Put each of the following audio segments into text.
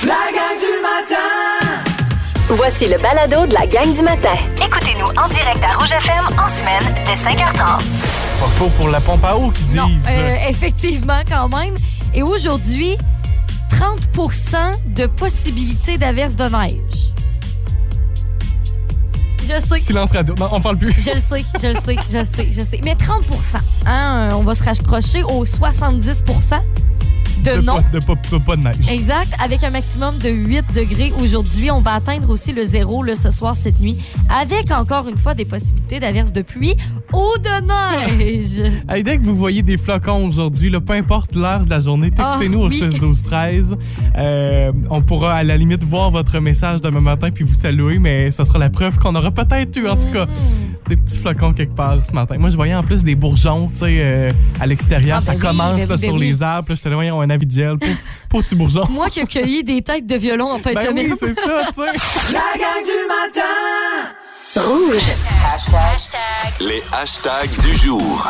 La gang du matin! Voici le balado de la gang du matin. Écoutez-nous en direct à Rouge FM en semaine dès 5h30. Pas faux pour la pompe à eau qui disent. Non, effectivement, quand même. Et aujourd'hui, 30% de possibilité d'averse de neige. Je sais. Silence radio. Non, on parle plus. Je le sais. Mais 30%, hein, on va se raccrocher aux 70% de non. Pas de neige. Exact. Avec un maximum de 8 degrés aujourd'hui. On va atteindre aussi le 0 ce soir, cette nuit. Avec encore une fois des possibilités d'averse de pluie ou de neige. Hey, dès que vous voyez des flocons aujourd'hui, là, peu importe l'heure de la journée, textez-nous au 6-12-13. On pourra à la limite voir votre message demain matin puis vous saluer, mais ça sera la preuve qu'on aura peut-être eu, en tout cas, des petits flocons quelque part ce matin. Moi, je voyais en plus des bourgeons, tu sais, à l'extérieur. Ça commence là, sur les arbres. Là, je te le voyais, on a un avis de gel pour petits bourgeons. Moi qui ai cueilli des têtes de violon en fin de semaine. Oui, c'est ça, tu sais. La gang du matin! Rouge. Les hashtags du jour.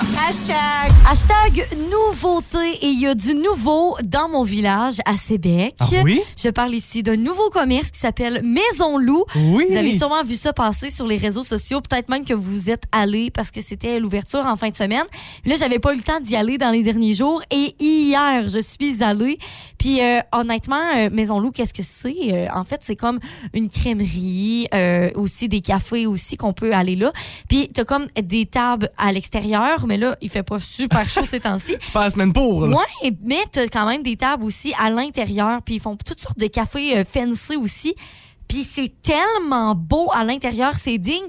Hashtag nouveauté. Et il y a du nouveau dans mon village à Sébec. Ah oui? Je parle ici d'un nouveau commerce qui s'appelle Maison Loup. Oui. Vous avez sûrement vu ça passer sur les réseaux sociaux. Peut-être même que vous êtes allés parce que c'était l'ouverture en fin de semaine. Puis là, j'avais pas eu le temps d'y aller dans les derniers jours. Et hier, je suis allée. Puis honnêtement, Maison Loup, qu'est-ce que c'est? En fait, c'est comme une crèmerie, aussi des cafés aussi qu'on peut aller là. Puis t'as comme des tables à l'extérieur, mais là, il fait pas super chaud ces temps-ci. C'est pas la semaine pour. Là. Ouais, mais t'as quand même des tables aussi à l'intérieur. Puis ils font toutes sortes de cafés fancy aussi. Puis c'est tellement beau à l'intérieur, c'est digne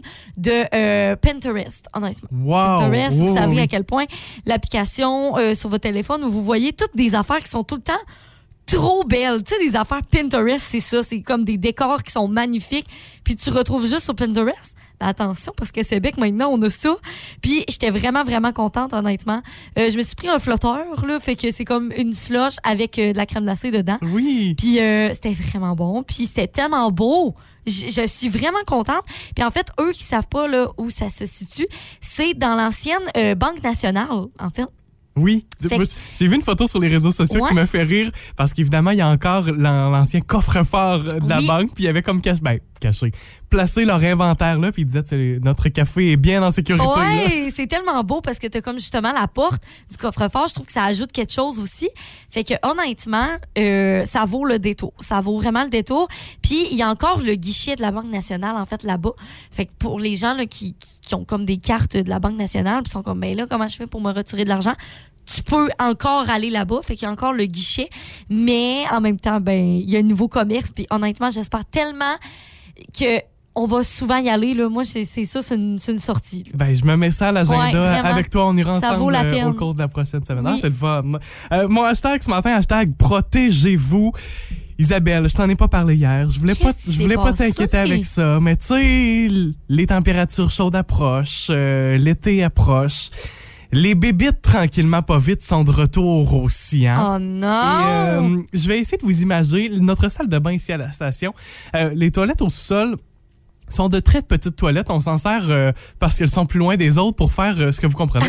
de Pinterest, honnêtement. Wow. Pinterest, vous savez oui. à quel point l'application sur votre téléphone où vous voyez toutes des affaires qui sont tout le temps trop belles. Tu sais, des affaires Pinterest, c'est ça. C'est comme des décors qui sont magnifiques. Puis tu retrouves juste sur Pinterest. Ben attention, parce qu'à Sébec, maintenant, on a ça. Puis j'étais vraiment, vraiment contente, honnêtement. Je me suis pris un flotteur, là. Fait que c'est comme une slush avec de la crème glacée dedans. Oui. Puis c'était vraiment bon. Puis c'était tellement beau. Je suis vraiment contente. Puis en fait, eux qui savent pas là, où ça se situe, c'est dans l'ancienne Banque nationale, en fait. Oui, j'ai vu une photo sur les réseaux sociaux qui me fait rire parce qu'évidemment, il y a encore l'ancien coffre-fort de la banque, puis il y avait comme caché, placé leur inventaire là, puis ils disaient notre café est bien en sécurité. Oui, c'est tellement beau parce que tu as comme justement la porte du coffre-fort. Je trouve que ça ajoute quelque chose aussi. Fait que honnêtement, ça vaut le détour. Ça vaut vraiment le détour. Puis il y a encore le guichet de la Banque nationale en fait là-bas. Fait que pour les gens là, qui ont comme des cartes de la Banque nationale, puis sont comme ben là comment je fais pour me retirer de l'argent? Tu peux encore aller là-bas, fait qu'il y a encore le guichet, mais en même temps, ben il y a un nouveau commerce, puis honnêtement, j'espère tellement que on va souvent y aller. Là. Moi, c'est ça, c'est une sortie. Là. Ben, je me mets ça à l'agenda. Ouais, avec toi, on ira ça vaut la ensemble peine. au cours de la prochaine semaine. Oui. Ah, c'est le fun. Mon hashtag ce matin, hashtag protégez-vous. Isabelle, je t'en ai pas parlé hier. Je voulais pas t'inquiéter avec ça, mais tu sais, les températures chaudes approchent, l'été approche. Les bébites, tranquillement, pas vite, sont de retour aussi. Hein? Oh non! Et, je vais essayer de vous imaginer notre salle de bain ici à la station. Les toilettes au sous-sol sont de très petites toilettes. On s'en sert parce qu'elles sont plus loin des autres pour faire ce que vous comprenez.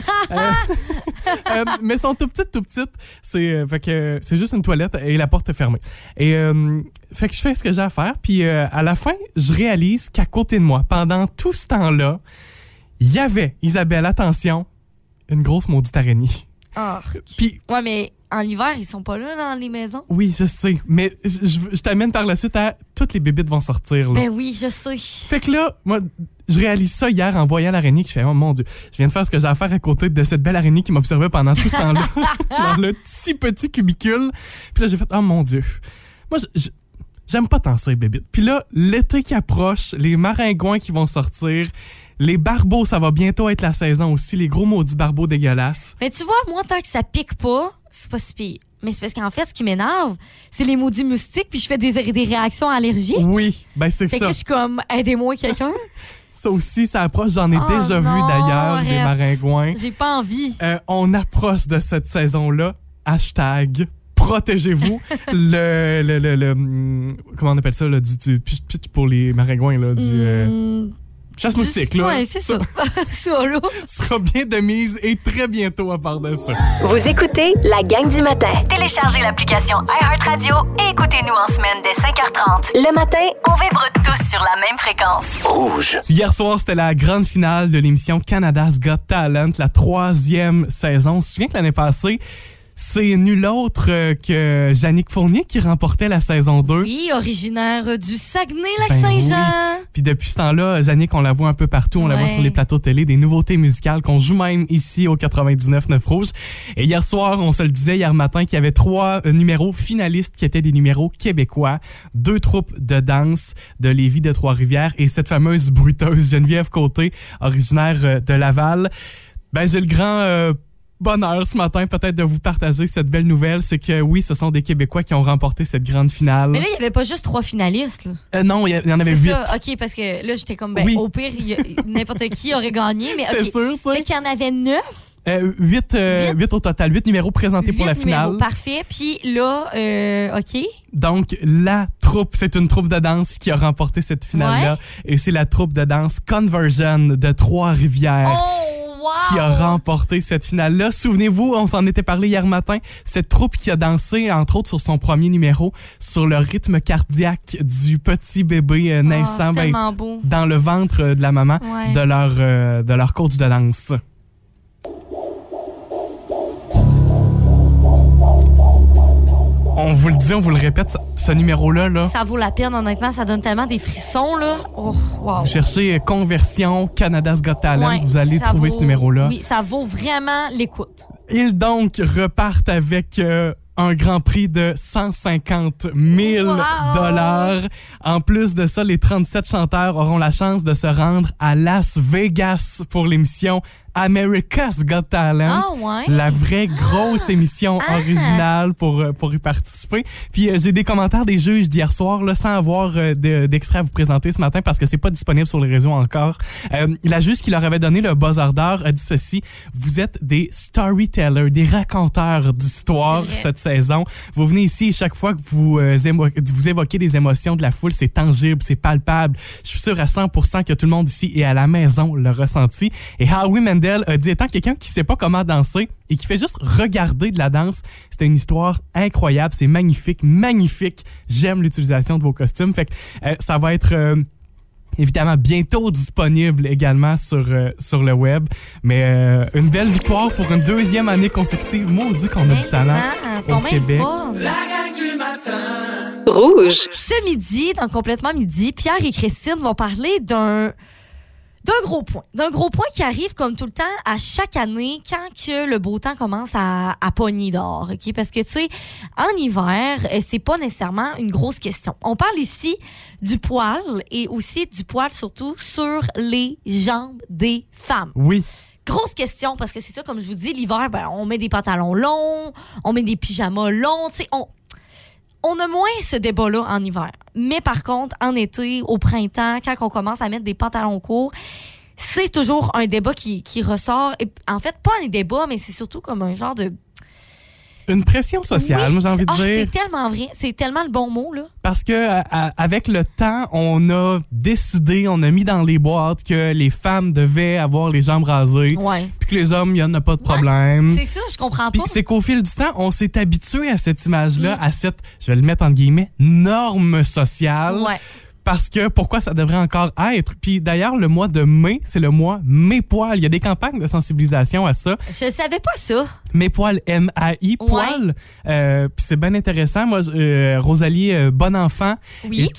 Mais sont tout petites. Fait que c'est juste une toilette et la porte est fermée. Et fait que je fais ce que j'ai à faire. Puis à la fin, je réalise qu'à côté de moi, pendant tout ce temps-là, il y avait, Isabelle, attention, une grosse maudite araignée. Oh. Puis, ouais, mais en hiver, ils sont pas là dans les maisons. Oui, je sais. Mais je t'amène par la suite à toutes les bébites vont sortir. Là. Ben oui, je sais. Fait que là, moi, je réalise ça hier en voyant l'araignée que je fais, oh mon Dieu, je viens de faire ce que j'ai à faire à côté de cette belle araignée qui m'observait pendant tout ce temps-là dans le petit cubicule. Puis là, j'ai fait, oh mon Dieu. Moi, j'aime pas tant ça, les bébites. Puis là, l'été qui approche, les maringouins qui vont sortir, les barbeaux, ça va bientôt être la saison aussi, les gros maudits barbeaux dégueulasses. Mais tu vois, moi, tant que ça pique pas, c'est pas si pire. Mais c'est parce qu'en fait, ce qui m'énerve, c'est les maudits moustiques, puis je fais des réactions allergiques. Oui, ben c'est fait ça. Fait que je suis comme, aidez-moi quelqu'un. Ça aussi, ça approche. J'en ai déjà vu d'ailleurs, arrête. des maringouins. J'ai pas envie. On approche de cette saison-là. Hashtag protégez-vous. le comment on appelle ça, là, du pitch pour les maringouins, là, chasse moustique, là. Ouais, c'est ça. Ça, là. Sera bien de mise et très bientôt à part de ça. Vous écoutez la gang du matin. Téléchargez l'application iHeartRadio et écoutez-nous en semaine dès 5h30. Le matin, on vibre tous sur la même fréquence. Rouge. Hier soir, c'était la grande finale de l'émission Canada's Got Talent, la 3e saison. On se souvient que l'année passée, c'est nul autre que Yannick Fournier qui remportait la saison 2. Oui, originaire du Saguenay-Lac-Saint-Jean. Oui. Puis depuis ce temps-là, Yannick, on la voit un peu partout. On la voit sur les plateaux télé, des nouveautés musicales qu'on joue même ici au 99.9 Rouge. Et hier soir, on se le disait hier matin qu'il y avait 3 numéros finalistes qui étaient des numéros québécois, 2 troupes de danse de Lévis, de Trois-Rivières et cette fameuse bruteuse Geneviève Côté, originaire de Laval. Ben, j'ai le grand bonheur ce matin peut-être de vous partager cette belle nouvelle, c'est que oui, ce sont des Québécois qui ont remporté cette grande finale. Mais là, il n'y avait pas juste 3 finalistes. Là. Non, il y en avait c'est 8. Ça, OK, parce que là, j'étais comme, oui. Au pire, n'importe qui aurait gagné. Mais c'était okay. sûr, tu sais. Fait qu'il y en avait 9. 8 au total, 8 numéros présentés pour la finale. Parfait. Puis là, OK. Donc, la troupe, c'est une troupe de danse qui a remporté cette finale-là. Ouais. Et c'est la troupe de danse Conversion de Trois-Rivières. Qui a remporté cette finale-là. Souvenez-vous, on s'en était parlé hier matin, cette troupe qui a dansé, entre autres, sur son premier numéro, sur le rythme cardiaque du petit bébé naissant dans le ventre de la maman de leur coach de danse. On vous le dit, on vous le répète, ce numéro-là, là, ça vaut la peine, honnêtement. Ça donne tellement des frissons, là. Oh, wow. Vous cherchez Conversion, Canada's Got Talent, vous allez trouver ce numéro-là. Oui, ça vaut vraiment l'écoute. Ils donc repartent avec un grand prix de 150 000 $. En plus de ça, les 37 chanteurs auront la chance de se rendre à Las Vegas pour l'émission America's Got Talent, la vraie grosse émission originale pour y participer. Puis j'ai des commentaires des juges d'hier soir là, sans avoir d'extrait à vous présenter ce matin parce que c'est pas disponible sur les réseaux encore. La juge qui leur avait donné le buzzer d'or a dit ceci: vous êtes des storytellers, des raconteurs d'histoires cette saison. Vous venez ici et chaque fois que vous évoquez des émotions de la foule, c'est tangible, c'est palpable. Je suis sûr à 100% que tout le monde ici et à la maison l'a ressenti. Et Howie Mandel a dit, étant quelqu'un qui sait pas comment danser et qui fait juste regarder de la danse, c'était une histoire incroyable, c'est magnifique. J'aime l'utilisation de vos costumes. Fait que ça va être évidemment bientôt disponible également sur le web. Mais une belle victoire pour une 2e année consécutive. Moi, on dit qu'on a du talent au Québec. La gang du matin. Rouge. Ce midi, dans Complètement Midi, Pierre et Christine vont parler d'un gros point qui arrive comme tout le temps à chaque année quand que le beau temps commence à pogner dehors, OK? Parce que, tu sais, en hiver, c'est pas nécessairement une grosse question. On parle ici du poil et aussi du poil surtout sur les jambes des femmes. Oui. Grosse question parce que c'est ça, comme je vous dis, l'hiver, ben, on met des pantalons longs, on met des pyjamas longs, tu sais, on a moins ce débat-là en hiver. Mais par contre, en été, au printemps, quand on commence à mettre des pantalons courts, c'est toujours un débat qui ressort. Et en fait, pas un débat, mais c'est surtout comme un genre de... Une pression sociale, moi j'ai envie de dire. C'est tellement vrai, c'est tellement le bon mot, là. Parce que avec le temps, on a décidé, on a mis dans les boîtes que les femmes devaient avoir les jambes rasées. Ouais. Puis que les hommes, il n'y en a pas de problème. C'est ça, je comprends pas. Puis c'est qu'au fil du temps, on s'est habitué à cette image-là, à cette, je vais le mettre entre guillemets, norme sociale. Ouais. Parce que pourquoi ça devrait encore être? Puis d'ailleurs, le mois de mai, c'est le mois Mes Poils. Il y a des campagnes de sensibilisation à ça. Je savais pas ça. Mes Poils, M-A-I, poils. Puis c'est bien intéressant. Moi, Rosalie Bonenfant est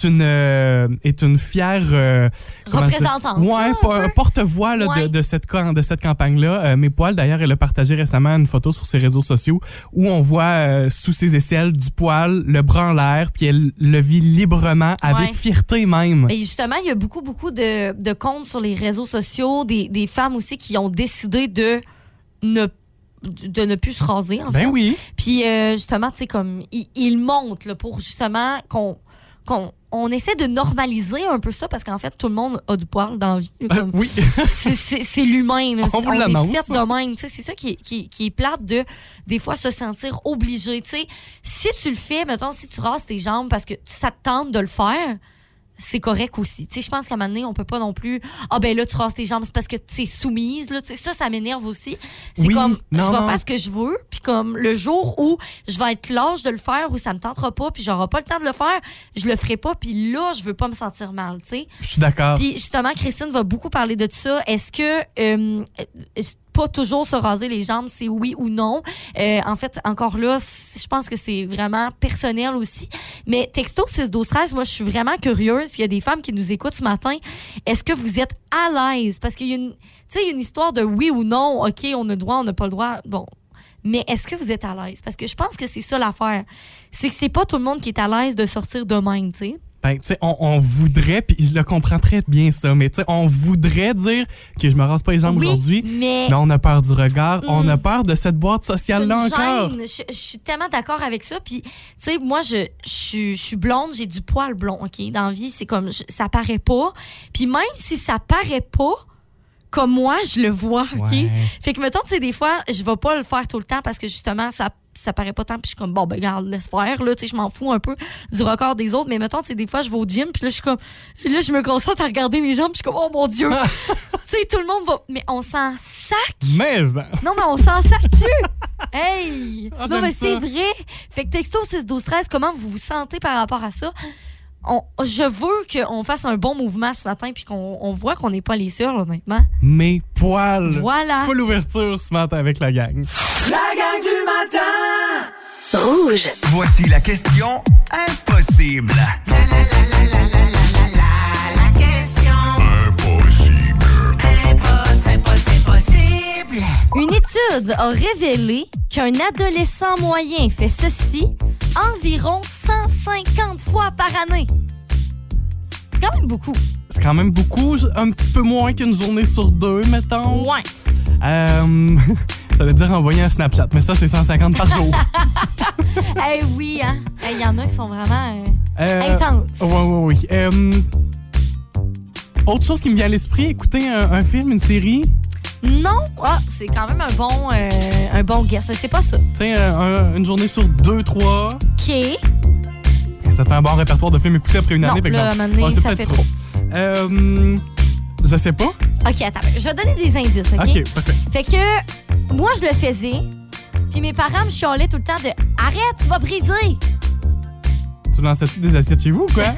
une fière... représentante. Un porte-voix là, de cette campagne-là. Mes Poils, d'ailleurs, elle a partagé récemment une photo sur ses réseaux sociaux où on voit sous ses aisselles du poil, le bras en l'air, puis elle le vit librement, avec fierté même. Mais justement, il y a beaucoup de comptes sur les réseaux sociaux, des femmes aussi qui ont décidé de ne plus se raser, en fait. Ben oui. Puis justement, tu sais, comme ils montent là, pour justement qu'on essaie de normaliser un peu ça parce qu'en fait, tout le monde a du poil dans la vie. Comme, oui. c'est l'humain. Là. On vous est l'annonce. fait de même. C'est ça qui est plate de, des fois, se sentir obligé. T'sais, si tu le fais, mettons, si tu rases tes jambes parce que ça te tente de le faire, c'est correct aussi. Tu sais, je pense qu'à un moment donné, on peut pas non plus. Ah, ben là, tu rasses tes jambes, c'est parce que tu es soumise. Là, tu sais, ça m'énerve aussi. C'est comme, je vais faire ce que je veux, puis comme le jour où je vais être lâche de le faire, où ça me tentera pas, puis j'aurai pas le temps de le faire, je le ferai pas, puis là, je veux pas me sentir mal, tu sais. Je suis d'accord. Puis justement, Christine va beaucoup parler de ça. Est-ce que pas toujours se raser les jambes, c'est oui ou non? En fait, encore là, je pense que c'est vraiment personnel aussi. Mais texto 6-12-13, moi, je suis vraiment curieuse. Il y a des femmes qui nous écoutent ce matin. Est-ce que vous êtes à l'aise? Parce qu'il y a une histoire de oui ou non. OK, on a le droit, on n'a pas le droit. Bon. Mais est-ce que vous êtes à l'aise? Parce que je pense que c'est ça l'affaire. C'est que c'est pas tout le monde qui est à l'aise de sortir de même, tu sais. Ben, tu sais, on voudrait, puis je le comprends très bien ça, mais tu sais, on voudrait dire que je me rase pas les jambes aujourd'hui, mais on a peur du regard, on a peur de cette boîte sociale-là encore. Je suis tellement d'accord avec ça, puis tu sais, moi, je suis blonde, j'ai du poil blond, OK? Dans la vie, c'est comme, ça paraît pas, puis même si ça paraît pas, comme moi, je le vois, OK? Ouais. Fait que, mettons, tu sais, des fois, je vais pas le faire tout le temps parce que, justement, ça paraît pas tant, puis je suis comme, bon, ben, regarde, laisse faire, là, tu sais, je m'en fous un peu du record des autres, mais mettons, tu sais, des fois, je vais au gym, puis là, je suis comme, là, je me concentre à regarder mes jambes, puis je suis comme, oh mon Dieu! Tu sais, tout le monde va, mais on s'en sac! Mais non, mais on s'en sac-tu? Hey! Ah, non, mais ça. c'est vrai! Fait que texto 6-12-13, comment vous vous sentez par rapport à ça? Je veux qu'on fasse un bon mouvement ce matin puis qu'on voit qu'on n'est pas les seuls, honnêtement. Mes poils. Voilà. Full ouverture ce matin avec la gang. La gang du matin! Rouge. Voici la question impossible. La question impossible. Une étude a révélé qu'un adolescent moyen fait ceci environ 150 fois par année. C'est quand même beaucoup. C'est quand même beaucoup, un petit peu moins qu'une journée sur deux, mettons. Ouais. Ça veut dire envoyer un Snapchat, mais ça, c'est 150 par jour. Eh oui, hein. Il y en a qui sont vraiment intenses. Oui. Autre chose qui me vient à l'esprit, écouter un film, une série. Non, c'est quand même un bon guess. C'est pas ça. Tu sais, une journée sur 2, 3. OK. Ça fait un bon répertoire de films écoutés après une année, par là, exemple. à un moment donné, c'est ça peut-être fait trop. Je sais pas. OK, attends. Je vais donner des indices, OK? OK, parfait. Fait que moi, je le faisais, puis mes parents me chialaient tout le temps de « Arrête, tu vas briser! » Tu lançais-tu des assiettes chez vous ou quoi?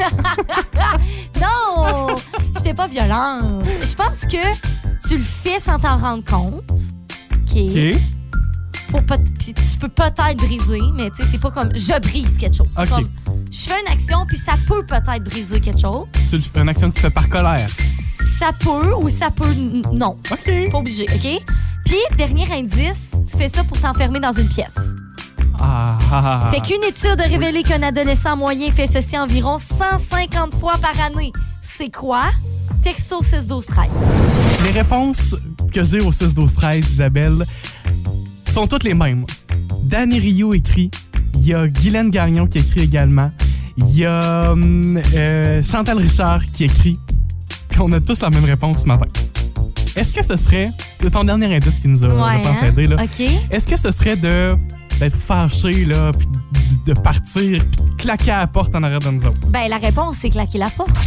Non! J'étais pas violente. Je pense que tu le fais sans t'en rendre compte. OK. Puis tu peux peut-être briser, mais tu sais, c'est pas comme je brise quelque chose. C'est comme je fais une action, puis ça peut peut-être briser quelque chose. Tu fais une action que tu fais par colère. Ça peut ou ça peut non. OK. Pas obligé, OK? Puis, dernier indice, tu fais ça pour t'enfermer dans une pièce. Fait qu'une étude a révélé qu'un adolescent moyen fait ceci environ 150 fois par année. C'est quoi? Texto 6-12-13. Les réponses que j'ai au 6-12-13, Isabelle, sont toutes les mêmes. Danny Rio écrit. Il y a Guylaine Gagnon qui écrit également. Il y a Chantal Richard qui écrit. Puis on a tous la même réponse ce matin. Est-ce que ce serait... C'est ton dernier indice qui nous a, je pense, aidé. Là. OK. Est-ce que ce serait d'être fâché, là, puis de partir, puis de claquer à la porte en arrière de nous autres? Ben, la réponse, c'est claquer la porte.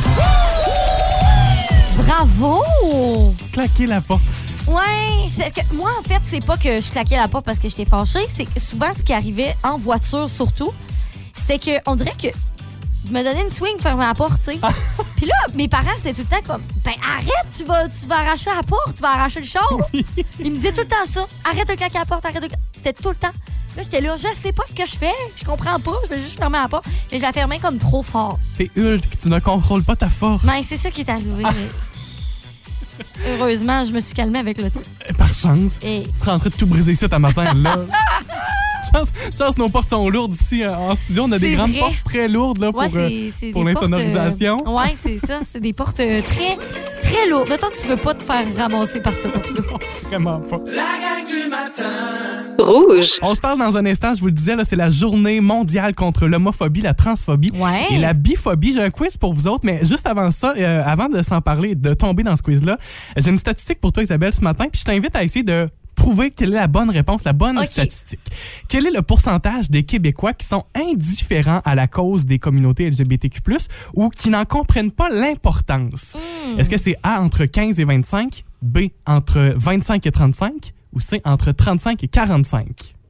Bravo! Claquer la porte. Ouais, c'est parce que moi, en fait, c'est pas que je claquais la porte parce que j'étais fâchée. C'est que souvent, ce qui arrivait en voiture, surtout, c'était que on dirait que je me donnais une swing, fermer la porte, tu sais. Puis là, mes parents, c'était tout le temps comme, ben arrête, tu vas arracher la porte, tu vas arracher le char. Ils me disaient tout le temps ça. Arrête de claquer la porte, arrête de... C'était tout le temps. Là, j'étais là, je sais pas ce que je fais, je comprends pas, je vais juste fermer la porte. Mais je la fermais comme trop fort. T'es Hulk, tu ne contrôles pas ta force. Ben, c'est ça qui est arrivé. Heureusement, je me suis calmée avec le temps. Par chance. Et... Tu serais en train de tout briser ici, ta matin, là. Chance, nos portes sont lourdes ici en studio. On a des grandes portes très lourdes là, pour l'insonorisation. Oui, c'est ça. C'est des portes très, très lourdes. Mettons que tu veux pas te faire ramasser par cette porte-là. Vraiment pas. La gang du matin. Rouge. On se parle dans un instant, je vous le disais, là, c'est la journée mondiale contre l'homophobie, la transphobie et la biphobie. J'ai un quiz pour vous autres, mais juste avant ça, avant de s'en parler, de tomber dans ce quiz-là, j'ai une statistique pour toi, Isabelle, ce matin, puis je t'invite à essayer de trouver quelle est la bonne réponse, la bonne statistique. Quel est le pourcentage des Québécois qui sont indifférents à la cause des communautés LGBTQ+, ou qui n'en comprennent pas l'importance? Est-ce que c'est A, entre 15 et 25, B, entre 25 et 35, ou C, entre 35 et 45?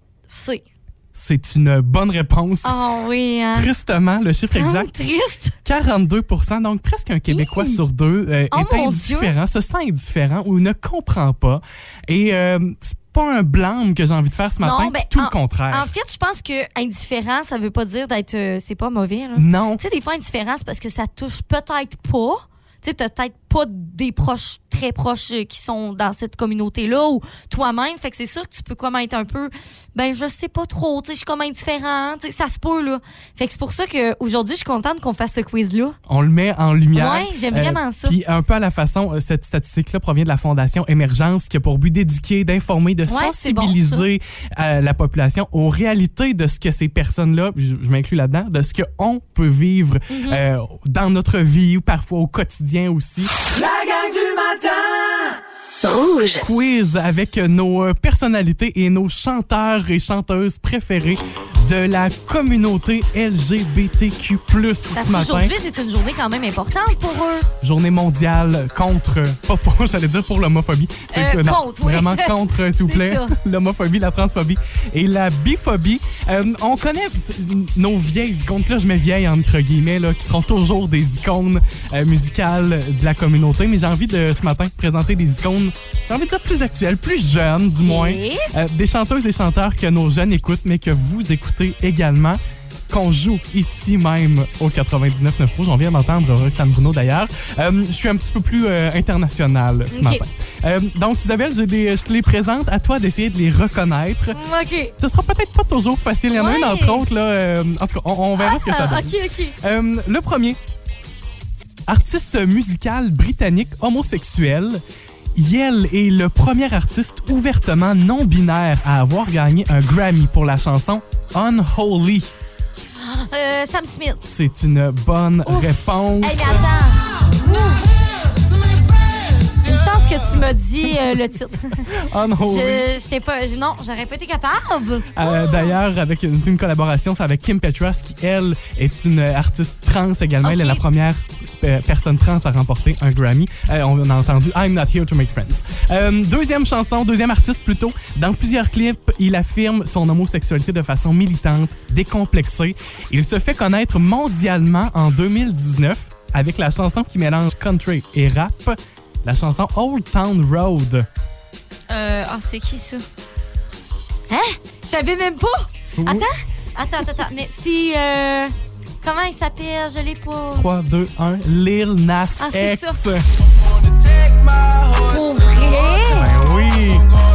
C. C'est une bonne réponse. Oh oui, hein? Tristement, le chiffre exact. Triste. 42%, donc presque un Québécois sur deux est indifférent, se sent indifférent ou ne comprend pas. Et c'est pas un blâme que j'ai envie de faire ce matin, tout le contraire. En fait, je pense que indifférent, ça veut pas dire d'être... c'est pas mauvais, là. Non. Tu sais, des fois, indifférent, c'est parce que ça touche peut-être pas. Tu sais, t'as peut-être pas des proches, très proches qui sont dans cette communauté-là ou toi-même. Fait que c'est sûr que tu peux comme être un peu, je sais pas trop, tu sais, je suis comme indifférent, tu sais, ça se peut, là. Fait que c'est pour ça qu'aujourd'hui, je suis contente qu'on fasse ce quiz-là. On le met en lumière. Ouais, j'aime vraiment ça. Puis un peu à la façon, cette statistique-là provient de la Fondation Émergence qui a pour but d'éduquer, d'informer, de sensibiliser la population aux réalités de ce que ces personnes-là, je m'inclus là-dedans, de ce qu'on peut vivre dans notre vie ou parfois au quotidien aussi. La gang du matin! Rouge. Quiz avec nos personnalités et nos chanteurs et chanteuses préférés de la communauté LGBTQ+, ce matin. Aujourd'hui, c'est une journée quand même importante pour eux. Journée mondiale contre, pas pour, j'allais dire pour l'homophobie. C'est contre, oui. Vraiment contre, s'il vous plaît, l'homophobie, la transphobie et la biphobie. On connaît nos vieilles icônes, là je mets vieilles entre guillemets, là, qui seront toujours des icônes musicales de la communauté, mais j'ai envie de ce matin présenter des icônes, j'ai envie de dire plus actuelles, plus jeunes du moins, des chanteuses et chanteurs que nos jeunes écoutent, mais que vous écoutez également, qu'on joue ici même au 99.9 Rouge. On vient d'entendre Roxane Bruno d'ailleurs. Je suis un petit peu plus international ce matin. Donc Isabelle, je te les présente, à toi d'essayer de les reconnaître. OK. Ce sera peut-être pas toujours facile. Il y en a une entre autres, là, en tout cas, on verra ce que ça donne. OK. Le premier, artiste musical britannique homosexuel. Yel est le premier artiste ouvertement non-binaire à avoir gagné un Grammy pour la chanson Unholy. Sam Smith. C'est une bonne réponse. Hey, mais attends. Une chance que tu m'as dit le titre. Unholy. Non, j'aurais pas été capable. D'ailleurs, avec une collaboration, c'est avec Kim Petras, qui, elle, est une artiste trans également. Elle est la première personne trans à remporter un Grammy. On a entendu I'm Not Here to Make Friends. Deuxième artiste plutôt. Dans plusieurs clips, il affirme son homosexualité de façon militante, décomplexée. Il se fait connaître mondialement en 2019 avec la chanson qui mélange country et rap, la chanson Old Town Road. C'est qui ça? Hein? Je savais même pas. Oui. Attends. Mais si... comment il s'appelle? Je l'ai pas. 3, 2, 1. Lil Nas X. C'est ça. Pour vrai? Ben oui.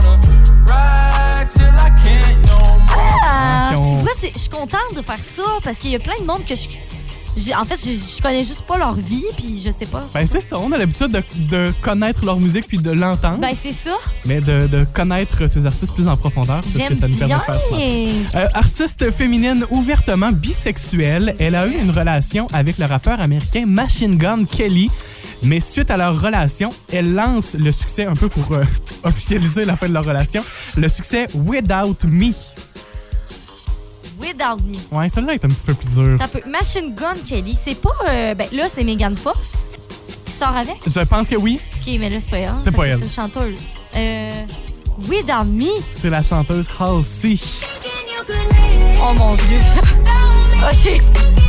Tu vois, je suis contente de faire ça parce qu'il y a plein de monde que je connais juste pas leur vie, puis je sais pas. Ben c'est ça, on a l'habitude de connaître leur musique puis de l'entendre. Ben c'est ça. Mais de connaître ces artistes plus en profondeur, c'est ce que ça nous permet de faire ce matin. Artiste féminine ouvertement bisexuelle, elle a eu une relation avec le rappeur américain Machine Gun Kelly. Mais suite à leur relation, elle lance le succès, un peu pour officialiser la fin de leur relation, le succès Without Me. Without Me. Ouais, celle-là est un petit peu plus dure. Machine Gun Kelly, c'est pas... là, c'est Megan Fox qui sort avec? Je pense que oui. OK, mais là, c'est pas elle. C'est pas elle. C'est une chanteuse. Without Me. C'est la chanteuse Halsey. Oh mon Dieu. OK.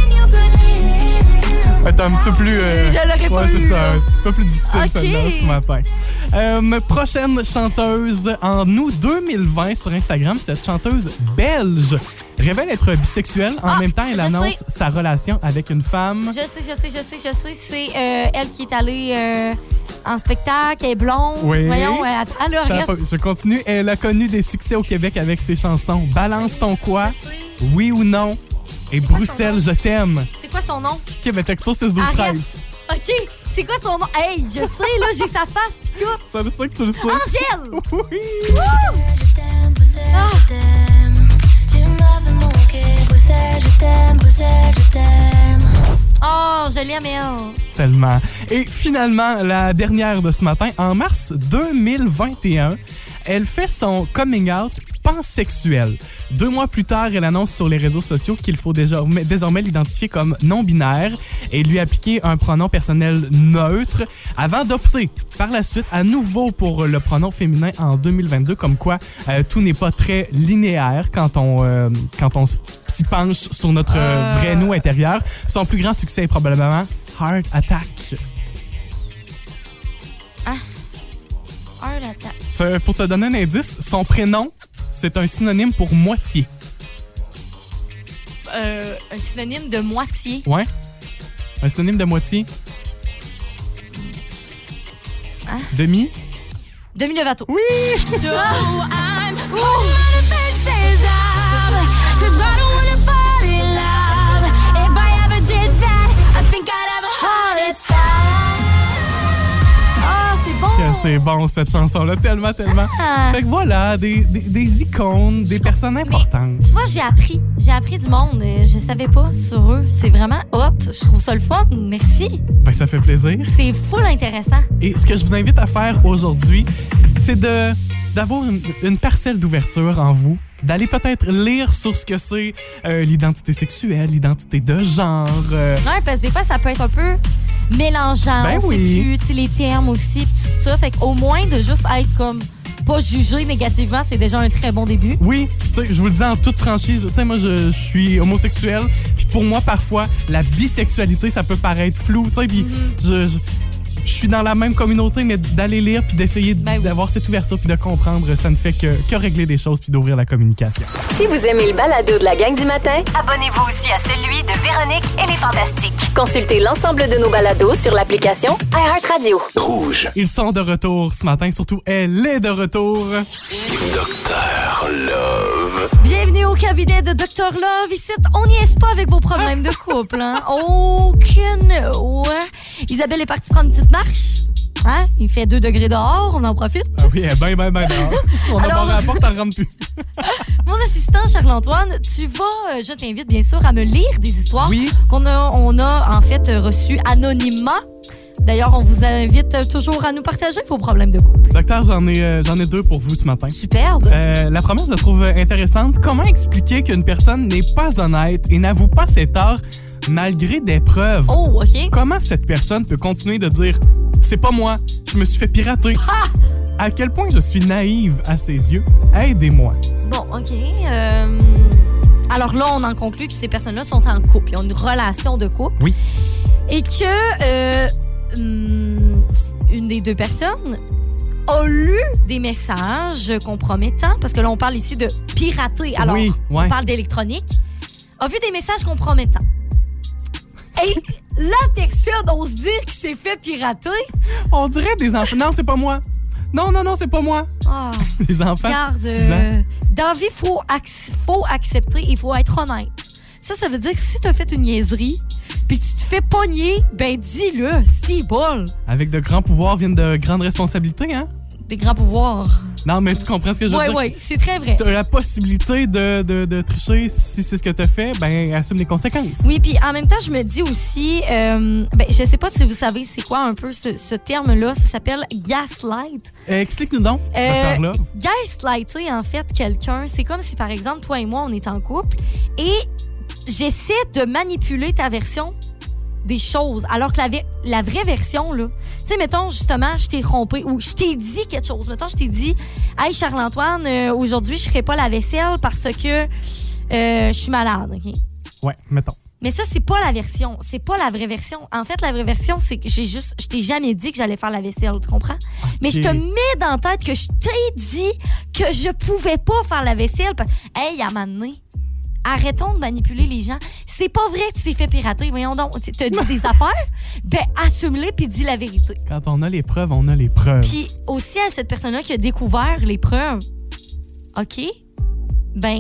C'est un peu plus... Je l'aurais pas c'est eu, ça. là. Un peu plus difficile, OK. celle-là, ce matin. Prochaine chanteuse, en août 2020, sur Instagram, cette chanteuse belge révèle être bisexuelle. En même temps, elle annonce sa relation avec une femme. Je sais. C'est elle qui est allée en spectacle, elle est blonde. Oui. Voyons, Je continue. Elle a connu des succès au Québec avec ses chansons Balance ton quoi, Oui ou non et Bruxelles, je t'aime. C'est quoi son nom? OK, ben texto 6 12 13. OK, c'est quoi son nom? Hey, je sais, là, j'ai sa face pis tout. Ça veut dire que tu le sais. Angèle! Oui! Je t'aime, je t'aime. Tu m'avais manqué. Bruxelles, je t'aime. Oh, je l'aime, elle. Tellement. Et finalement, la dernière de ce matin, en mars 2021, Elle fait son coming out pansexuel. 2 mois plus tard, elle annonce sur les réseaux sociaux qu'il faut désormais l'identifier comme non-binaire et lui appliquer un pronom personnel neutre avant d'opter par la suite à nouveau pour le pronom féminin en 2022, comme quoi tout n'est pas très linéaire quand on s'y penche sur notre vrai nous intérieur. Son plus grand succès est probablement Heart Attack. Heart Attack. Pour te donner un indice, son prénom, c'est un synonyme pour moitié. Un synonyme de moitié. Ouais. Un synonyme de moitié. Demi. Demi Lovato. Oui! So I'm putting my defenses up, 'cause I don't wanna fall in love. If I ever did that, I think I'd have a heart attack. Ah, c'est bon! Que c'est bon, cette chanson-là, tellement. Fait que voilà, des icônes, des personnes importantes. Tu vois, j'ai appris du monde. Je savais pas sur eux. C'est vraiment hot. Je trouve ça le fun. Merci. Ben, ça fait plaisir. C'est full intéressant. Et ce que je vous invite à faire aujourd'hui, c'est d'avoir une parcelle d'ouverture en vous, d'aller peut-être lire sur ce que c'est l'identité sexuelle, l'identité de genre. Ouais, parce que des fois, ça peut être un peu mélangeant. Ben On oui. sait plus, tu sais, les termes aussi, pis tout ça. Fait qu'au moins, de juste être comme pas jugé négativement, c'est déjà un très bon début. Oui, tu sais, je vous le dis en toute franchise, tu sais, moi, je suis homosexuel, puis pour moi, parfois, la bisexualité, ça peut paraître flou, tu sais, puis je suis dans la même communauté, mais d'aller lire puis d'essayer d'avoir cette ouverture puis de comprendre, ça ne fait que régler des choses puis d'ouvrir la communication. Si vous aimez le balado de la gang du matin, abonnez-vous aussi à celui de Véronique et les Fantastiques. Consultez l'ensemble de nos balados sur l'application iHeartRadio. Rouge. Ils sont de retour ce matin, surtout elle est de retour. Docteur Love. Bienvenue au cabinet de Dr. Love. Ici, on n'y est pas avec vos problèmes de couple, hein? Oh que no! Isabelle est partie prendre une petite marche. Hein? Il fait 2 degrés dehors, on en profite. Ah oui, elle est bien dehors. On a Alors- barré la porte, elle rentre plus. Mon assistant Charles-Antoine, tu vas, je t'invite bien sûr à me lire des histoires Oui. on a en fait reçues anonymement. D'ailleurs, on vous invite toujours à nous partager vos problèmes de couple. Docteur, j'en ai 2 pour vous ce matin. Superbe. La première, je la trouve intéressante. Comment expliquer qu'une personne n'est pas honnête et n'avoue pas ses torts malgré des preuves? Oh, OK. Comment cette personne peut continuer de dire « C'est pas moi, je me suis fait pirater ». À quel point je suis naïve à ses yeux? Aidez-moi. Bon, OK. Alors là, on en conclut que ces personnes-là sont en couple. Ils ont une relation de couple. Oui. Et que une des 2 personnes a lu des messages compromettants, parce que là, on parle ici de pirater. Alors, Oui, ouais. on parle d'électronique. A vu des messages compromettants. Et la personne, on se dit qu'il s'est fait pirater. On dirait des enfants. Non, c'est pas moi. Non, c'est pas moi. Ah, Des enfants. regarde, 6 ans. dans la vie, faut accepter, il faut être honnête. Ça veut dire que si t'as fait une niaiserie, puis tu te fais pogner, ben dis-le, si bol. Avec de grands pouvoirs viennent de grandes responsabilités, hein? Des grands pouvoirs. Non, mais tu comprends ce que je veux dire? Oui, c'est très vrai. T'as la possibilité de tricher si c'est ce que t'as fait, ben assume les conséquences. Oui, puis en même temps, je me dis aussi, je sais pas si vous savez c'est quoi un peu ce terme-là, ça s'appelle gaslight. Explique-nous donc, Docteur Love. Gaslighter, en fait, quelqu'un, c'est comme si, par exemple, toi et moi, on est en couple et j'essaie de manipuler ta version des choses, alors que la vraie version, là, tu sais, mettons, justement, je t'ai trompé ou je t'ai dit quelque chose. Mettons, je t'ai dit, « Hey, Charles-Antoine, aujourd'hui, je ferai pas la vaisselle parce que je suis malade. OK? » Ouais, mettons. Mais ça, c'est pas la version. C'est pas la vraie version. En fait, la vraie version, c'est que je t'ai jamais dit que j'allais faire la vaisselle, tu comprends? Mais je te mets dans la tête que je t'ai dit que je pouvais pas faire la vaisselle. Hey, à un moment donné, arrêtons de manipuler les gens. C'est pas vrai que tu t'es fait pirater. Voyons donc, tu t'as dit des affaires. Ben, assume-les puis dis la vérité. Quand on a les preuves, on a les preuves. Puis aussi à cette personne-là qui a découvert les preuves, OK, ben,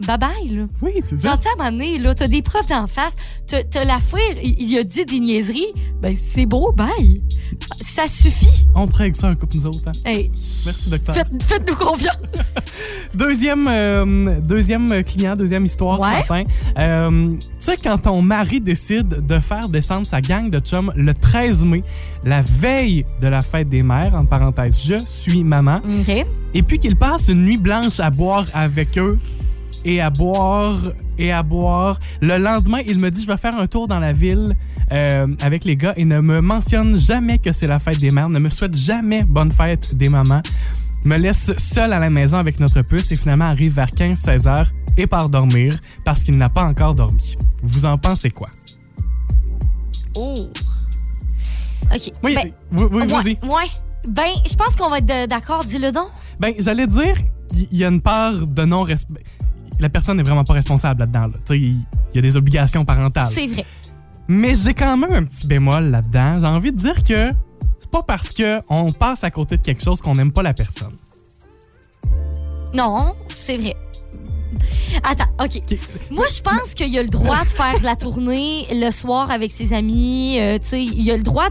bye-bye, là. Oui, c'est ça. J'entends à un moment donné, là, t'as des profs d'en face, t'as l'affaire, il a dit des niaiseries, ben c'est beau, bye. Ça suffit. On te règle ça un couple, nous autres. Hein? Hey, Merci, docteur. faites-nous confiance. Deuxième client, deuxième histoire ce Ouais. matin. Tu sais, quand ton mari décide de faire descendre sa gang de chums le 13 mai, la veille de la fête des mères, entre parenthèses, je suis maman, OK. et puis qu'il passe une nuit blanche à boire avec eux, et à boire. Le lendemain, il me dit, je vais faire un tour dans la ville avec les gars et ne me mentionne jamais que c'est la fête des mères, ne me souhaite jamais bonne fête des mamans, me laisse seul à la maison avec notre puce et finalement arrive vers 15-16 heures et part dormir parce qu'il n'a pas encore dormi. Vous en pensez quoi? Oh. OK. Oui, Ben, oui, vas-y. Ouais. Ben, je pense qu'on va être d'accord, dis-le donc. Ben, j'allais dire qu'il y a une part de non-respect. La personne n'est vraiment pas responsable là-dedans. Là. Tu sais, il y a des obligations parentales. C'est vrai. Mais j'ai quand même un petit bémol là-dedans. J'ai envie de dire que c'est pas parce qu'on passe à côté de quelque chose qu'on n'aime pas la personne. Non, c'est vrai. Attends, OK. Moi, je pense qu'il a le droit de faire la tournée le soir avec ses amis. Tu sais, il a le droit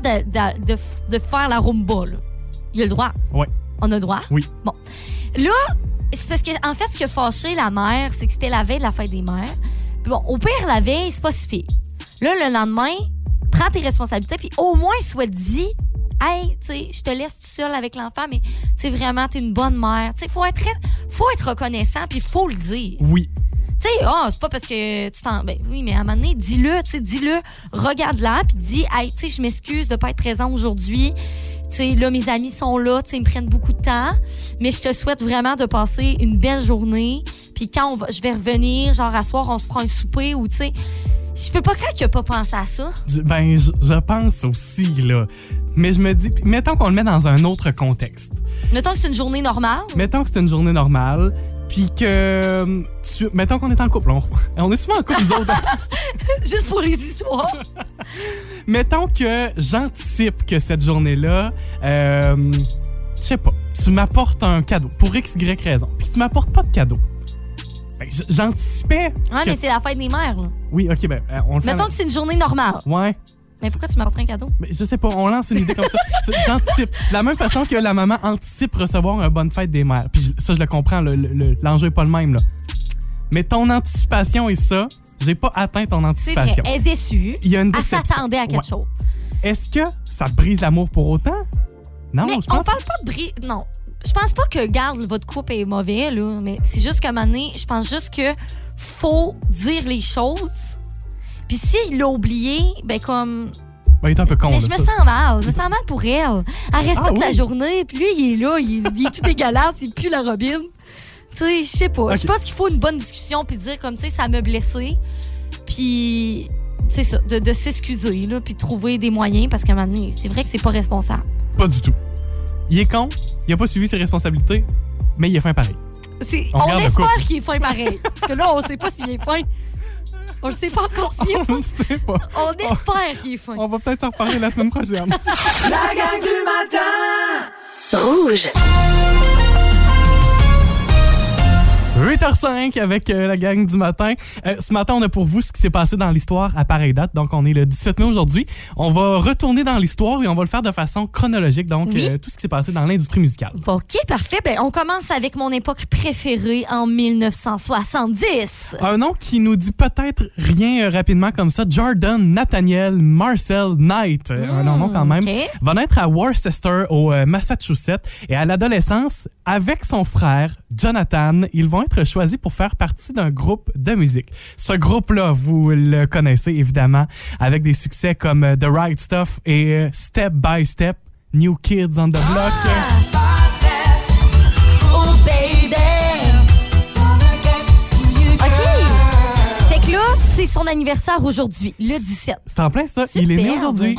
de faire la rumba, là. Il a le droit. Ouais. On a le droit? Oui. Bon. Là, c'est parce que, en fait, ce qui a fâché la mère, c'est que c'était la veille de la fête des mères. Puis bon, au pire, la veille, c'est pas si pire. Là, le lendemain, prends tes responsabilités, puis au moins, sois dit, hey, tu sais, je te laisse tout seul avec l'enfant, mais tu sais, vraiment, t'es une bonne mère. Tu sais, faut être reconnaissant, puis faut le dire. Oui. Tu sais, c'est pas parce que tu t'en. Ben oui, mais à un moment donné, dis-le, tu sais, dis-le, regarde-la, puis dis, hey, tu sais, je m'excuse de pas être présent aujourd'hui. Tu sais, là, mes amis sont là, tu sais, ils me prennent beaucoup de temps, mais je te souhaite vraiment de passer une belle journée. Puis quand je vais revenir, genre à soir, on se prend un souper ou, tu sais, je peux pas croire qu'il a pas pensé à ça. Ben, je pense aussi, là. Mais je me dis, mettons qu'on le met dans un autre contexte. Mettons que c'est une journée normale. Mettons que c'est une journée normale, puis que... mettons qu'on est en couple. On est souvent en couple, nous autres. Juste pour les histoires. Mettons que j'anticipe que cette journée-là, je sais pas, tu m'apportes un cadeau pour X, Y raison, puis tu m'apportes pas de cadeau. Ben, j'anticipais. Ouais, mais c'est la fête des mères, là. Oui, OK, ben, on le fait. Mettons que c'est une journée normale. Ouais. Mais pourquoi tu m'apporterais un cadeau? Ben, je sais pas, on lance une idée comme ça. J'anticipe. De la même façon que la maman anticipe recevoir une bonne fête des mères. Puis ça, je le comprends, l'enjeu est pas le même, là. Mais ton anticipation et ça, j'ai pas atteint ton C'est anticipation. vrai, elle est déçue. Il y a une Elle déception. s'attendait à quelque chose. Est-ce que ça brise l'amour pour autant? Non, Mais je pense on parle pas de bris. Non. Je pense pas que, garde, votre couple est mauvais, là. Mais c'est juste qu'à un moment donné, je pense juste que faut dire les choses. Puis s'il l'a oublié, ben comme. Ben, il est un peu con, Mais là, je me ça. sens mal. Je me sens mal pour elle. Elle reste toute la oui? journée, puis lui, il est là, il est tout dégueulasse, il pue la robine. Tu sais, je sais pas. Ok. Je pense qu'il faut une bonne discussion, puis dire comme, tu sais, ça m'a blessé. Puis, c'est ça, de s'excuser, là, puis de trouver des moyens, parce qu'à un moment donné, c'est vrai que c'est pas responsable. Pas du tout. Il est con, il a pas suivi ses responsabilités, mais il est fin pareil. On On regarde le espère couple. qu'il est fin pareil. Parce que là, on sait pas s'il est fin. On le sait pas encore s'il est fin. Je sais pas. On espère qu'il est fin. On va peut-être s'en reparler la semaine prochaine. La gang du matin! Rouge. 8h05 avec la gang du matin. Ce matin, on a pour vous ce qui s'est passé dans l'histoire à pareille date. Donc, on est le 17 mai aujourd'hui. On va retourner dans l'histoire et on va le faire de façon chronologique. Donc, Oui. tout ce qui s'est passé dans l'industrie musicale. OK, parfait. Ben, on commence avec mon époque préférée en 1970. Un nom qui nous dit peut-être rien rapidement comme ça. Jordan Nathaniel Marcel Knight. Un nom quand même. OK. Va naître à Worcester, au Massachusetts. Et à l'adolescence, avec son frère, Jonathan, ils vont être choisis pour faire partie d'un groupe de musique. Ce groupe-là, vous le connaissez évidemment, avec des succès comme The Right Stuff et Step by Step, New Kids on the Block. Oh, baby! OK. Fait que là, c'est son anniversaire aujourd'hui, le 17. C'est en plein ça. Il est né Superbe. aujourd'hui.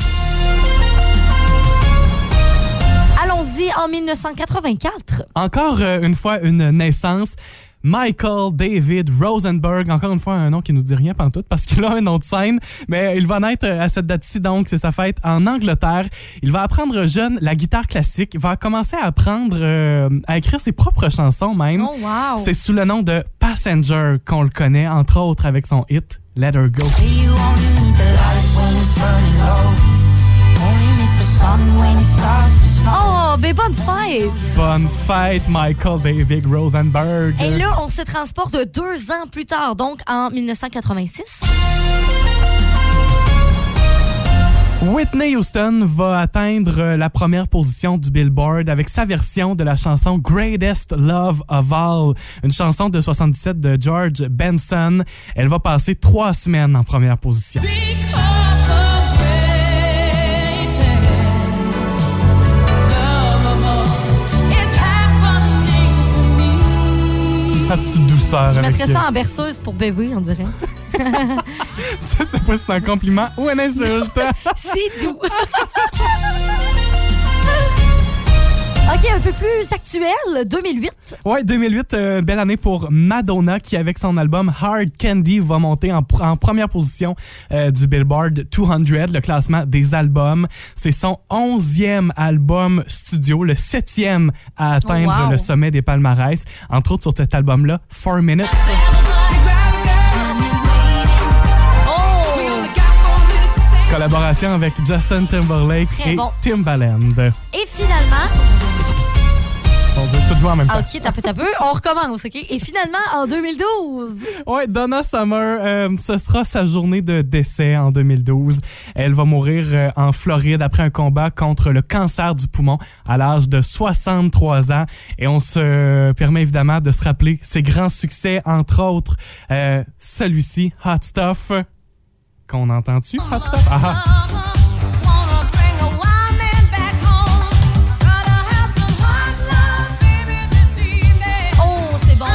Allons-y en 1984. Encore une fois, une naissance Michael David Rosenberg, encore une fois un nom qui nous dit rien pantoute parce qu'il a un nom de scène, mais il va naître à cette date-ci, donc c'est sa fête en Angleterre. Il va apprendre jeune la guitare classique, il va commencer à apprendre à écrire ses propres chansons même. Oh, wow! C'est sous le nom de Passenger qu'on le connaît, entre autres avec son hit Let Her Go. You only need the light when it's burning low. Only miss the sun when it starts to snow. Oh, ben bonne fête! Bonne fête, Michael David Rosenberg. Et là, on se transporte 2 ans plus tard, donc en 1986. Whitney Houston va atteindre la première position du Billboard avec sa version de la chanson Greatest Love of All, une chanson de 77 de George Benson. Elle va passer 3 semaines en première position. La petite douceur. Je avec mettrais ça en berceuse pour bébé, on dirait. Ça, c'est pas si c'est un compliment ou une insulte. C'est doux. OK, un peu plus actuel, 2008. Ouais, 2008, belle année pour Madonna qui, avec son album Hard Candy, va monter en première position du Billboard 200, le classement des albums. C'est son 11e album studio, le 7e à atteindre le sommet des palmarès. Entre autres sur cet album-là, 4 Minutes. Collaboration avec Justin Timberlake Très et bon. Timbaland. Et finalement... On dit tout jouer en même temps. OK, t'as peu. On recommence, OK? Et finalement, en 2012... Ouais, Donna Summer, ce sera sa journée de décès en 2012. Elle va mourir en Floride après un combat contre le cancer du poumon à l'âge de 63 ans. Et on se permet évidemment de se rappeler ses grands succès, entre autres celui-ci, Hot Stuff. Qu'on entend-tu? Hot Stuff? Ah. Oh, c'est bon.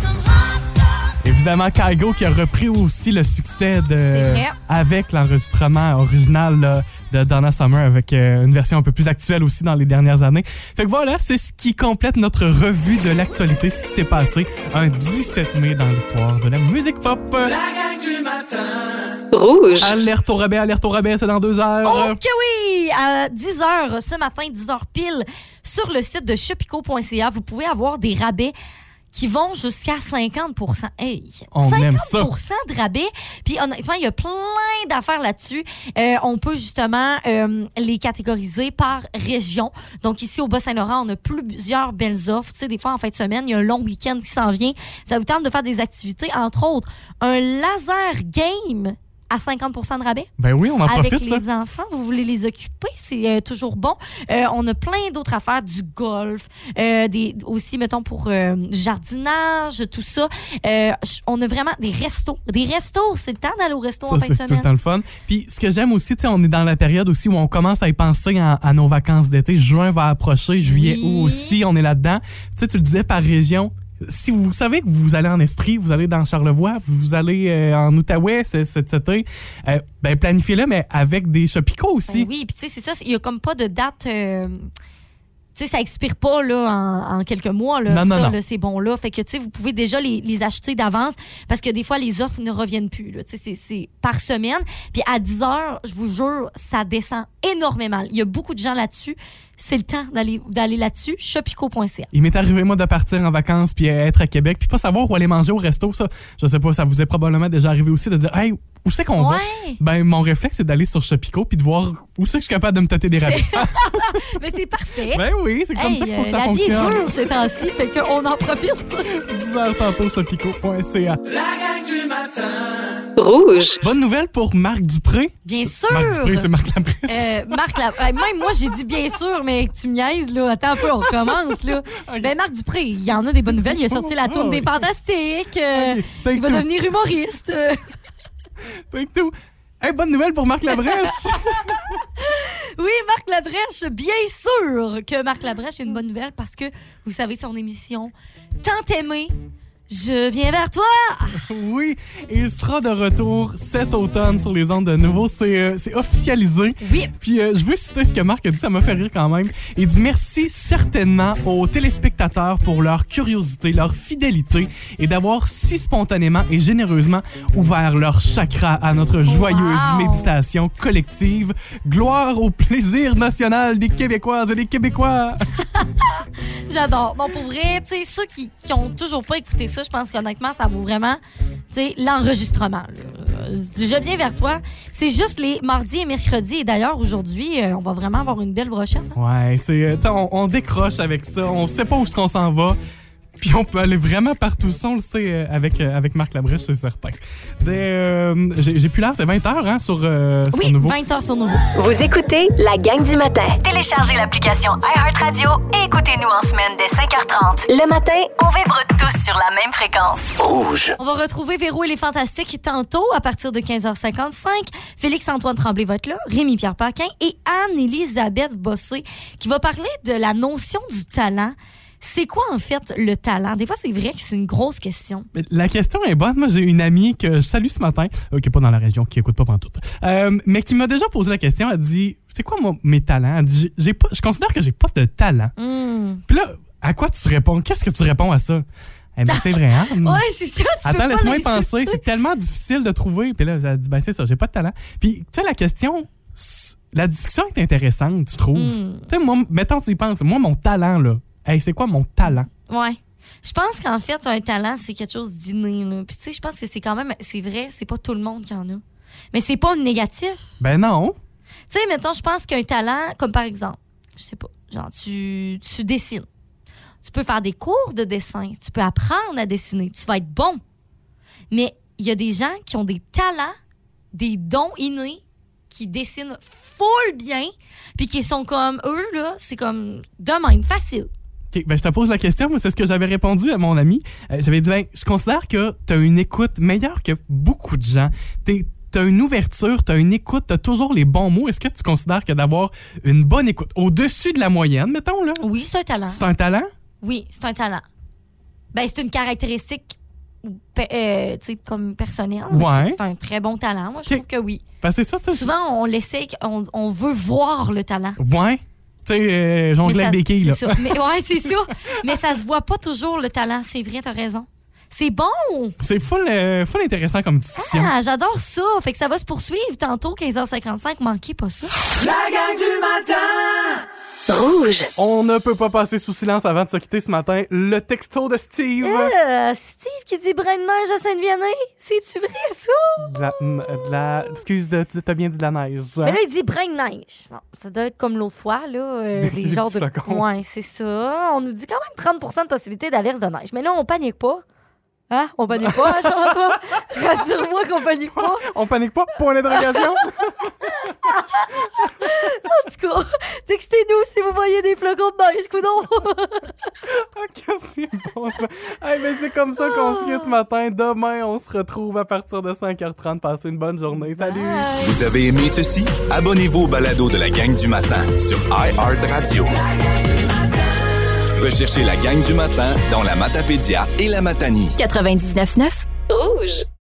Évidemment, Kygo qui a repris aussi le succès vrai. avec l'enregistrement original là, de Donna Summer avec une version un peu plus actuelle aussi dans les dernières années. Fait que voilà, c'est ce qui complète notre revue de l'actualité, ce qui s'est passé un 17 mai dans l'histoire de la musique pop. La gang du matin. Rouge. Alerte au rabais, c'est dans 2 heures. OK, oui! À 10h ce matin, 10h pile, sur le site de shopico.ca, vous pouvez avoir des rabais qui vont jusqu'à 50 %. Hey, On 50 aime ça. de rabais. Puis honnêtement, il y a plein d'affaires là-dessus. On peut justement les catégoriser par région. Donc ici, au Bas-Saint-Laurent, on a plusieurs belles offres. Tu sais, des fois, en fin de semaine, il y a un long week-end qui s'en vient. Ça vous tente de faire des activités, entre autres, un laser game à 50 % de rabais. Ben oui, on en Avec profite, ça. les enfants, vous voulez les occuper, c'est toujours bon. On a plein d'autres affaires, du golf, aussi, mettons, pour du jardinage, tout ça. On a vraiment des restos. Des restos, c'est le temps d'aller au resto en fin de C'est tout le semaine. temps le fun. Puis ce que j'aime aussi, tu sais, on est dans la période aussi où on commence à y penser à nos vacances d'été. Juin va approcher, juillet, Oui. août aussi, on est là-dedans. Tu sais, tu le disais par région. Si vous savez que vous allez en Estrie, vous allez dans Charlevoix, vous allez en Outaouais cet été, ben planifiez-le, mais avec des Shopico aussi. Ben oui, puis tu sais, c'est ça, il y a comme pas de date... tu sais, ça expire pas là, en quelques mois, là, Non. là, ces bons-là. Fait que, tu sais, vous pouvez déjà les acheter d'avance parce que des fois, les offres ne reviennent plus. Là. Tu sais, c'est par semaine. Puis à 10 heures, je vous jure, ça descend énormément. Il y a beaucoup de gens là-dessus. C'est le temps d'aller là-dessus. Shopico.ca. Il m'est arrivé, moi, de partir en vacances puis être à Québec puis pas savoir où aller manger au resto, ça. Je sais pas, ça vous est probablement déjà arrivé aussi de dire « Hey, où c'est qu'on va? » Ben, mon réflexe, c'est d'aller sur Shopico puis de voir où c'est que je suis capable de me tâter des rabais. Mais c'est parfait. Ben oui, c'est comme ça qu'il faut que ça la vie est fonctionne. dure ces temps-ci, fait qu'on en profite. 10 heures tantôt, Shopico.ca. La gang du matin. Rouge. Bonne nouvelle pour Marc Dupré. Bien sûr. Marc Dupré, c'est Marc Labrèche. Même moi, j'ai dit bien sûr, mais tu me niaises, là. Attends un peu, on recommence, là. Ben, Marc Dupré, il y en a des bonnes nouvelles. Il a sorti la tourne des Fantastiques. Take Il va two. devenir humoriste. Take two. Hey, bonne nouvelle pour Marc Labrèche. Oui, Marc Labrèche, bien sûr que Marc Labrèche a une bonne nouvelle parce que, vous savez, son émission tant aimée Je viens vers toi. Oui, et il sera de retour cet automne sur les ondes de nouveau. C'est officialisé. Oui. Puis je veux citer ce que Marc a dit, ça m'a fait rire quand même. Il dit merci certainement aux téléspectateurs pour leur curiosité, leur fidélité et d'avoir si spontanément et généreusement ouvert leur chakra à notre joyeuse méditation collective. Gloire au plaisir national des Québécoises et des Québécois. J'adore. Non, pour vrai, tu sais, ceux qui ont toujours pas écouté ça, je pense qu'honnêtement, ça vaut vraiment, tu sais, l'enregistrement. Je viens vers toi. C'est juste les mardis et mercredis. Et d'ailleurs, aujourd'hui, on va vraiment avoir une belle brochette. Hein? Ouais, c'est, on décroche avec ça. On sait pas où est-ce qu'on s'en va. Puis on peut aller vraiment partout. Ça, on le sait avec Marc Labrèche, c'est certain. J'ai plus l'air, c'est 20h hein, sur Nouveau. Oui, 20h sur Nouveau. Vous écoutez la gang du matin. Téléchargez l'application iHeartRadio et écoutez-nous en semaine dès 5h30. Le matin, on vibre tous sur la même fréquence. Rouge. On va retrouver Véro et les Fantastiques tantôt à partir de 15h55. Félix-Antoine Tremblay va être là, Rémi-Pierre Paquin et Anne-Élisabeth Bossé qui va parler de la notion du talent. C'est quoi, en fait, le talent? Des fois, c'est vrai que c'est une grosse question. La question est bonne. Moi, j'ai une amie que je salue ce matin, qui n'est pas dans la région, qui n'écoute pas pantoute, mais qui m'a déjà posé la question. Elle dit, c'est quoi mes talents? Elle dit, je considère que j'ai pas de talent. Puis là, à quoi tu réponds? Qu'est-ce que tu réponds à ça? Ben, c'est vrai, hein? Ouais, c'est ça. Attends, laisse-moi y penser. C'est tellement difficile de trouver. Puis là, elle dit, ben c'est ça, j'ai pas de talent. Puis, tu sais, la question... La discussion est intéressante, tu trouves? Tu sais, moi, mettons, tu y penses. Moi, mon talent, là, hey, c'est quoi mon talent? Ouais. Je pense qu'en fait, un talent, c'est quelque chose d'inné. Là. Puis tu sais, je pense que c'est quand même... C'est vrai, c'est pas tout le monde qui en a. Mais c'est pas négatif. Ben non. Tu sais, mettons, je pense qu'un talent, comme par exemple, je sais pas, genre, tu dessines. Tu peux faire des cours de dessin. Tu peux apprendre à dessiner. Tu vas être bon. Mais il y a des gens qui ont des talents, des dons innés, qui dessinent full bien, puis qui sont comme eux, là, c'est comme de même, facile. OK, ben je te pose la question, moi, c'est ce que j'avais répondu à mon ami. J'avais dit, ben, je considère que tu as une écoute meilleure que beaucoup de gens. T'as une ouverture, t'as une écoute, t'as toujours les bons mots. Est-ce que tu considères que d'avoir une bonne écoute, au-dessus de la moyenne, mettons, là? Oui, c'est un talent. C'est un talent? Oui, c'est un talent. Ben, c'est une caractéristique comme personnel. Ouais. C'est un très bon talent. Moi, je trouve que oui. Ben, c'est ça, souvent, on l'essaie, on veut voir le talent. Ouais. Tu sais, jongler avec des quilles, là. Ouais, c'est ça. Mais ça se voit pas toujours, le talent. C'est vrai, t'as raison. C'est bon! C'est full intéressant comme discussion. Ah, j'adore ça. Fait que ça va se poursuivre tantôt, 15h55. Manquez pas ça. La gang du matin! Rouge. On ne peut pas passer sous silence avant de se quitter ce matin. Le texto de Steve. Steve qui dit brin de neige à Sainte-Vianney. C'est-tu vrai, ça? Excuse, t'as bien dit de la neige. Hein? Mais là, il dit brin de neige. Bon, ça doit être comme l'autre fois, là. Des genres de flocons. Ouais, c'est ça. On nous dit quand même 30% de possibilité d'averse de neige. Mais là, on panique pas. Hein? On panique pas, hein, Jean-Antoine? Rassure-moi qu'on panique pas. On panique pas? Point d'interrogation? En tout cas, textez-nous si vous voyez des flocons de neige, coudonc. Ok, c'est bon ça. Hey, mais c'est comme ça qu'on se quitte ce matin. Demain, on se retrouve à partir de 5h30. Passez une bonne journée. Salut! Vous avez aimé ceci? Abonnez-vous au balado de la gang du matin sur iHeartRadio. Recherchez la gang du matin dans la Matapédia et la Matanie. 99.9 Rouge.